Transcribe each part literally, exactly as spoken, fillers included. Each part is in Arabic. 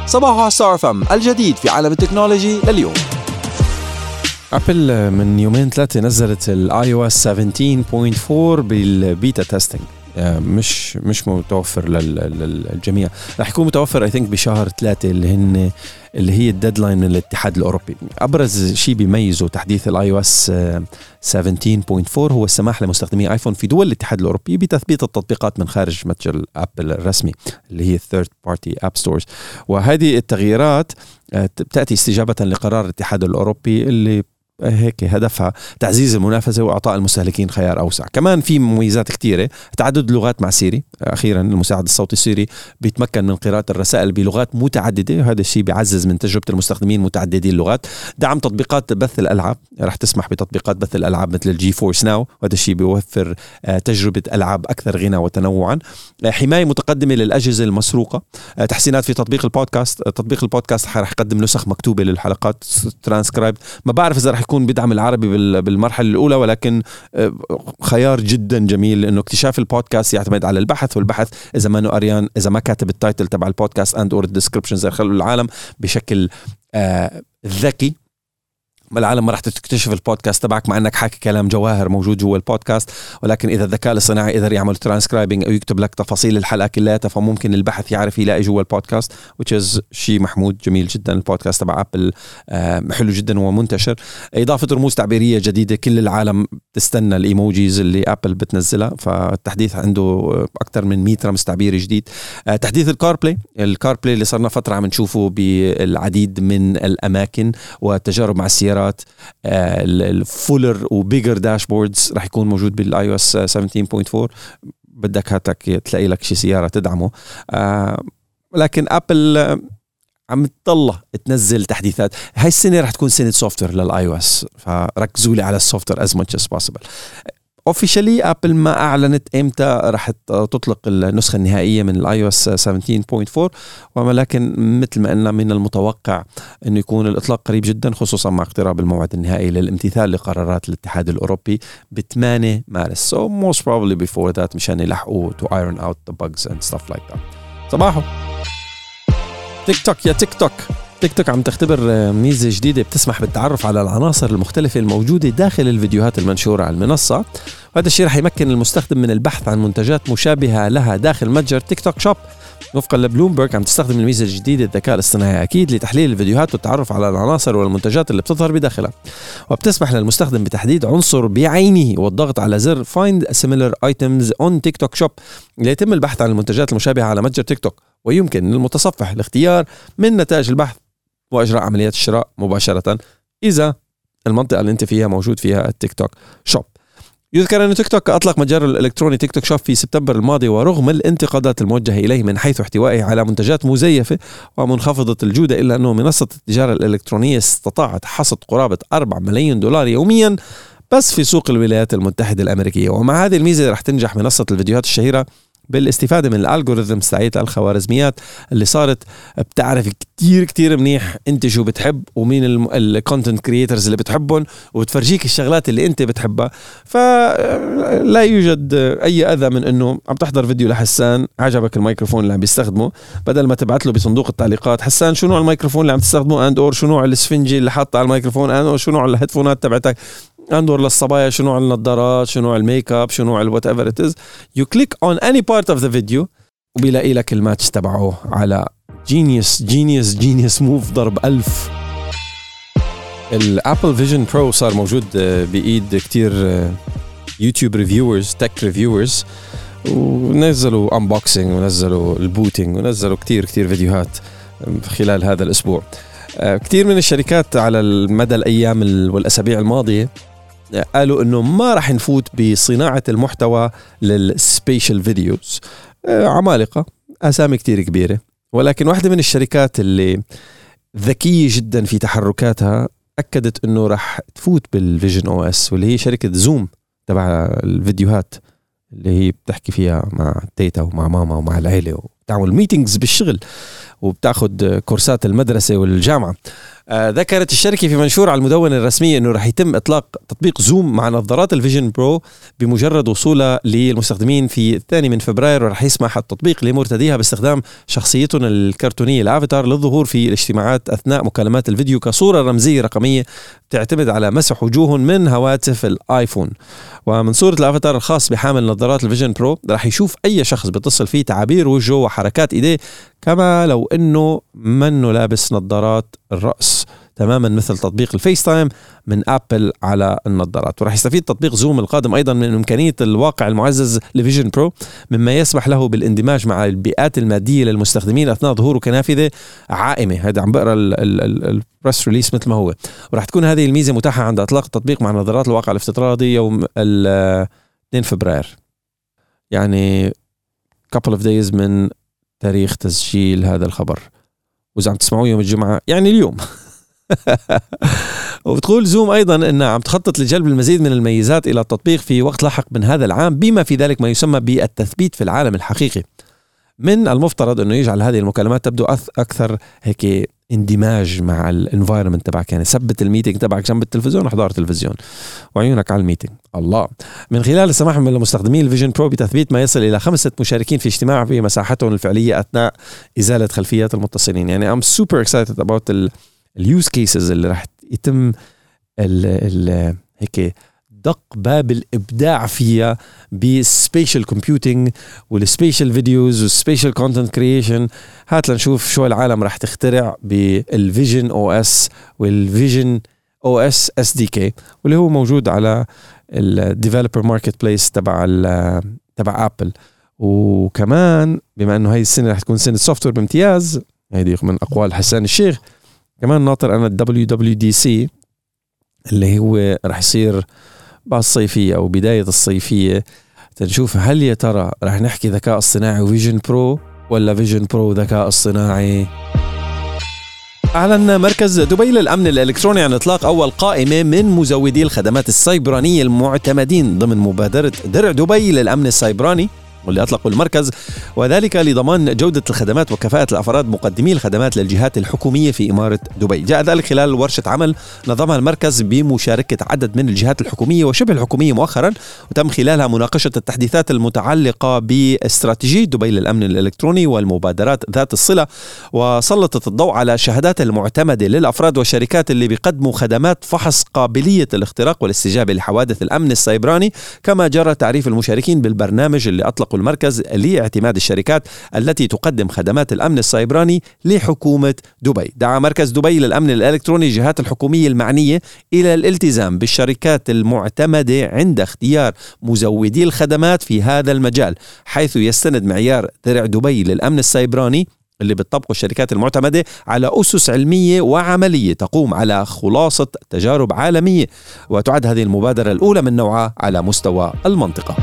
صباح على ستار اف ام، الجديد في عالم التكنولوجي لليوم. ابل من يومين ثلاثة نزلت الاي او اس سبعة عشر نقطة أربعة بالبيتا تيستينج، مش مش متوفر للجميع. راح يكون متوفر اي ثينك بشهر ثلاثة اللي هن اللي هي الديدلاين من الاتحاد الاوروبي. ابرز شيء بيميزه تحديث الاي او اس سبعة عشر نقطة أربعة هو السماح لمستخدمي ايفون في دول الاتحاد الاوروبي بتثبيت التطبيقات من خارج متجر ابل الرسمي اللي هي الثيرد بارتي اب ستورز. وهذه التغييرات بتاتي استجابه لقرار الاتحاد الاوروبي اللي هيك هدفها تعزيز المنافسة وإعطاء المستهلكين خيار أوسع. كمان في مميزات كتيرة، تعدد اللغات مع سيري. أخيرا المساعد الصوتي السيري بيتمكن من قراءة الرسائل بلغات متعددة، وهذا الشيء بيعزز من تجربة المستخدمين متعددي اللغات. دعم تطبيقات بث الألعاب، رح تسمح بتطبيقات بث الألعاب مثل الجي فورس ناو، وهذا الشيء بيوفر تجربة ألعاب أكثر غنى وتنوعا. حماية متقدمة للأجهزة المسروقة. تحسينات في تطبيق البودكاست. تطبيق البودكاست رح يقدم نسخ مكتوبة للحلقات ترانسكرايب. ما بعرف إذا رح يكون بدعم العربي بالمرحلة الأولى، ولكن خيار جدا جميل لأنه اكتشاف البودكاست يعتمد على البحث، والبحث إذا ما قريان إذا ما كاتب التايتل تبع البودكاست and or الديسكريبشن زي خلوا العالم بشكل آه ذكي. ما العالم ما راح تكتشف البودكاست تبعك مع انك حاكي كلام جواهر موجود جوا البودكاست، ولكن اذا الذكاء الاصطناعي قدر يعمل ترانسكرايبنج او يكتب لك تفاصيل الحلقه كلها، فممكن البحث يعرف يلاقي جوا البودكاست which is شيء محمود جميل جدا. البودكاست تبع ابل حلو جدا ومنتشر. اضافه رموز تعبيريه جديده، كل العالم تستنى الايموجيز اللي ابل بتنزلها، فالتحديث عنده اكثر من مية رمز تعبيري جديد. تحديث الكار بلاي الكار بلاي اللي صرنا فتره عم نشوفه بالعديد من الاماكن والتجارب مع السيارات. الفولر وبيجر داشبوردز راح يكون موجود بالاي او اس سبعة عشر نقطة أربعة. بدك هاتك تلاقي لك شي سيارة تدعمه. آه لكن ابل آه عم تطلع تنزل تحديثات. هاي السنة راح تكون سنة سوفتوير للاي او اس، فركزوا لي على السوفتوير as much as possible. اوفيشالي ابل ما اعلنت امتى راح تطلق النسخه النهائيه من الاي او اس سبعة عشر نقطة أربعة، ولكن مثل ما قلنا من المتوقع انه يكون الاطلاق قريب جدا، خصوصا مع اقتراب الموعد النهائي للامتثال لقرارات الاتحاد الاوروبي ب ثمانية مارس. so most probably before that مشان يلحقوا to iron out the bugs and stuff like that. صباحو تيك توك. يا تيك توك تيك توك عم تختبر ميزة جديدة بتسمح بالتعرف على العناصر المختلفة الموجودة داخل الفيديوهات المنشورة على المنصة. وهذا الشيء رح يمكن المستخدم من البحث عن منتجات مشابهة لها داخل متجر تيك توك شوب. وفقا لبلومبرج عم تستخدم الميزة الجديدة الذكاء الاصطناعي أكيد لتحليل الفيديوهات والتعرف على العناصر والمنتجات اللي بتظهر بداخلها، وبتسمح للمستخدم بتحديد عنصر بعينه والضغط على زر Find Similar Items on TikTok Shop ليتم البحث عن المنتجات المشابهة على متجر تيك توك. ويمكن للمتصفح الاختيار من نتائج البحث وإجراء عمليات الشراء مباشرة إذا المنطقة اللي أنت فيها موجود فيها التيك توك شوب. يذكر أن تيك توك أطلق متجر الإلكتروني تيك توك شوب في سبتمبر الماضي، ورغم الانتقادات الموجهة إليه من حيث احتوائه على منتجات مزيفة ومنخفضة الجودة، إلا أنه منصة التجارة الإلكترونية استطاعت حصد قرابة أربعة ملايين دولار يوميا بس في سوق الولايات المتحدة الأمريكية. ومع هذه الميزة رح تنجح منصة الفيديوهات الشهيرة بالاستفادة من الالغوريثم تاعت الخوارزميات اللي صارت بتعرف كتير كتير منيح انت شو بتحب ومين الكونتنت كرييترز اللي بتحبهم، وبتفرجيك الشغلات اللي انت بتحبها. فلا يوجد اي اذى من انه عم تحضر فيديو لحسان عجبك الميكروفون اللي عم بيستخدمه، بدل ما تبعت له بصندوق التعليقات حسان شو نوع الميكروفون اللي عم تستخدمه اند اور شو نوع الاسفنجي اللي حاطه على الميكروفون اند اور شو نوع الهيدفونات تبعتك اندور للصبايا، شو نوع النظارات، شو نوع الميك اب، شو نوع الوات ايفر ات از. يو كليك اون اني بارت اوف ذا فيديو وبيلاقي لك الماتش تبعه على جينيوس جينيوس جينيوس موف ضرب ألف. الابل فيجن برو صار موجود بايد كتير يوتيوب ريفيورز تك ريفيورز، ونزلوا انبوكسينج ونزلوا البوتينج ونزلوا كتير كتير فيديوهات خلال هذا الاسبوع. كتير من الشركات على المدى الأيام والأسابيع الماضية قالوا إنه ما راح نفوت بصناعة المحتوى للسبيشال فيديوز. عمالقة أسامي كتير كبيرة، ولكن واحدة من الشركات اللي ذكية جدا في تحركاتها أكدت إنه راح تفوت بالفيجن او اس، واللي هي شركة زوم تبع الفيديوهات اللي هي بتحكي فيها مع تيتا ومع ماما ومع العيلة بتعمل ميتينجز بالشغل وبتاخد كورسات المدرسة والجامعة. آه ذكرت الشركة في منشور على المدونة الرسمية أنه رح يتم إطلاق تطبيق زوم مع نظارات الفيجن برو بمجرد وصولها للمستخدمين في الثاني من فبراير، ورح يسمح التطبيق لمرتديها باستخدام شخصيتهم الكرتونية الافاتار للظهور في الاجتماعات أثناء مكالمات الفيديو كصورة رمزية رقمية تعتمد على مسح وجوههم من هواتف الآيفون. ومن صورة الافاتار الخاص بحامل نظارات الفيجن برو رح يشوف أي شخص بيتصل فيه تعابير وجهه وحركات إيديه كما لو أنه منه لابس نظارات الرأس، تماما مثل تطبيق الفيس تايم من أبل على النظارات. ورح يستفيد تطبيق زوم القادم أيضا من إمكانية الواقع المعزز لفيجن برو، مما يسمح له بالاندماج مع البيئات المادية للمستخدمين أثناء ظهوره كنافذة عائمة. هذا عم بقرأ البريس ريليس مثل ما هو. ورح تكون هذه الميزة متاحة عند إطلاق التطبيق مع نظارات الواقع الافتراضي يوم اثنين فبراير، يعني couple of days من تاريخ تسجيل هذا الخبر، وإذا عم تسمعوه يوم الجمعة يعني اليوم. وبتقول زوم أيضا أنها عم تخطط لجلب المزيد من الميزات إلى التطبيق في وقت لاحق من هذا العام، بما في ذلك ما يسمى بالتثبيت في العالم الحقيقي. من المفترض أنه يجعل هذه المكالمات تبدو أكثر هيك اندماج مع الانفايرمنت تبعك، يعني ثبت الميتنج تبعك جنب التلفزيون وحضار تلفزيون وعيونك على الميتنج. الله. من خلال السماح من المستخدمين الفيجن برو بتثبيت ما يصل إلى خمسة مشاركين في اجتماع في مساحتهم الفعلية أثناء إزالة خلفيات المتصلين. يعني I'm super excited about ال اليوز كيسز اللي راح يتم ال ال هيك دق باب الإبداع فيها بالسبيشال كومبيوتينج والسبيشال فيديوز والسبيشال كونتنت كرييشن. هات لنشوف شو العالم راح تخترع بالفيجن او اس والفيجن او اس اس دي كي، واللي هو موجود على الديفلوبر ماركت بليس تبع تبع ابل. وكمان بما انه هاي السنه راح تكون سنه سوفت وير بامتياز، هيدي من اقوال حسان الشيخ، كمان ناطر أنا ال دبليو دبليو دي سي اللي هو رح يصير بعد الصيفية أو بداية الصيفية، تنشوف هل يا ترى رح نحكي ذكاء اصطناعي وفيجن برو ولا فيجن برو ذكاء اصطناعي. أعلن مركز دبي للأمن الإلكتروني عن إطلاق أول قائمة من مزودي الخدمات السيبرانية المعتمدين ضمن مبادرة درع دبي للأمن السيبراني، واللي أطلقوا المركز، وذلك لضمان جودة الخدمات وكفاءة الأفراد مقدمي الخدمات للجهات الحكومية في إمارة دبي. جاء ذلك خلال ورشة عمل نظمها المركز بمشاركة عدد من الجهات الحكومية وشبه الحكومية مؤخرا، وتم خلالها مناقشة التحديثات المتعلقة باستراتيجية دبي للأمن الإلكتروني والمبادرات ذات الصلة، وسلطت الضوء على الشهادات المعتمدة للأفراد والشركات اللي بيقدموا خدمات فحص قابلية الاختراق والاستجابة لحوادث الأمن السيبراني، كما جرى تعريف المشاركين بالبرنامج اللي أطلقوا المركز لاعتماد الشركات التي تقدم خدمات الأمن السيبراني لحكومة دبي. دعا مركز دبي للأمن الإلكتروني الجهات الحكومية المعنية إلى الالتزام بالشركات المعتمدة عند اختيار مزودي الخدمات في هذا المجال، حيث يستند معيار درع دبي للأمن السيبراني اللي بتطبقه الشركات المعتمدة على أسس علمية وعملية تقوم على خلاصة تجارب عالمية، وتعد هذه المبادرة الأولى من نوعها على مستوى المنطقة.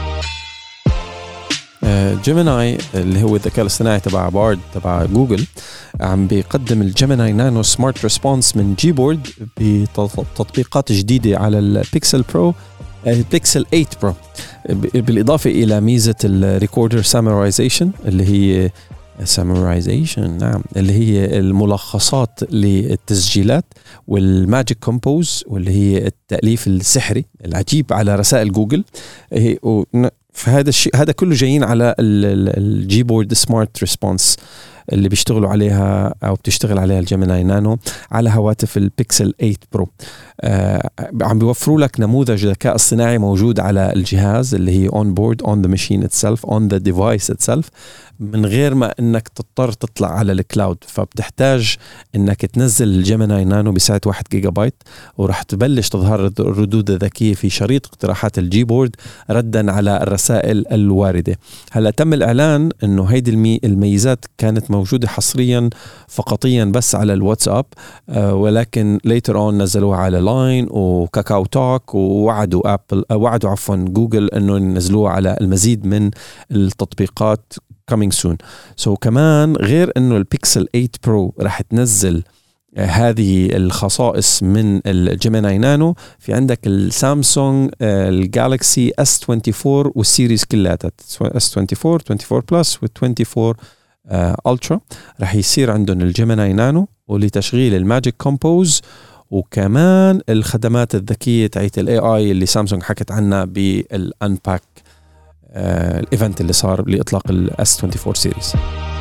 جيميناي اللي هو الذكاء الاصطناعي تبع بارد تبع جوجل عم بيقدم الجيميناي نانو سمارت ريسبونس من جيبورد بتطبيقات جديدة على البيكسل برو البيكسل ثمانية برو، بالإضافة إلى ميزة الريكوردر سامرايزيشن اللي هي سامرايزيشن نعم اللي هي الملخصات للتسجيلات، والماجيك كومبوز واللي هي التأليف السحري العجيب على رسائل جوجل. فهذا الشيء هذا كله جايين على الجيبورد سمارت ريسبونس اللي بيشتغلوا عليها أو بتشتغل عليها الجيميناي نانو على هواتف البيكسل ثمانية برو. آه عم بيوفروا لك نموذج ذكاء اصطناعي موجود على الجهاز اللي هي on board on the machine itself on the device itself من غير ما انك تضطر تطلع على الكلاود. فبتحتاج انك تنزل الجيميناي نانو بسعة واحد جيجا بايت، وراح تبلش تظهر الردود الذكية في شريط اقتراحات الجيبورد ردا على الرسائل الواردة. هلا تم الإعلان انه هيدي المي الميزات كانت موجودة حصريا فقطيا بس على الواتساب، آه ولكن later on نزلوها على لاين وكاكاو توك، ووعدوا ابل وعدوا عفوا جوجل انه ينزلوها على المزيد من التطبيقات coming soon. so كمان غير انه البيكسل ثمانية برو راح تنزل هذه الخصائص من الجيميناي نانو. في عندك السامسونج الجالكسي اس أربعة وعشرين والسيريز كلها اس أربعة وعشرين أربعة وعشرين بلس وال24 الترا راح يصير عندهم الجيميناي نانو ولتشغيل الماجيك كومبوز، وكمان الخدمات الذكية تاعت الاي اي اللي سامسونج حكت عنها بالانباك الايفنت اللي صار لاطلاق الاس أربعة وعشرين سيريز.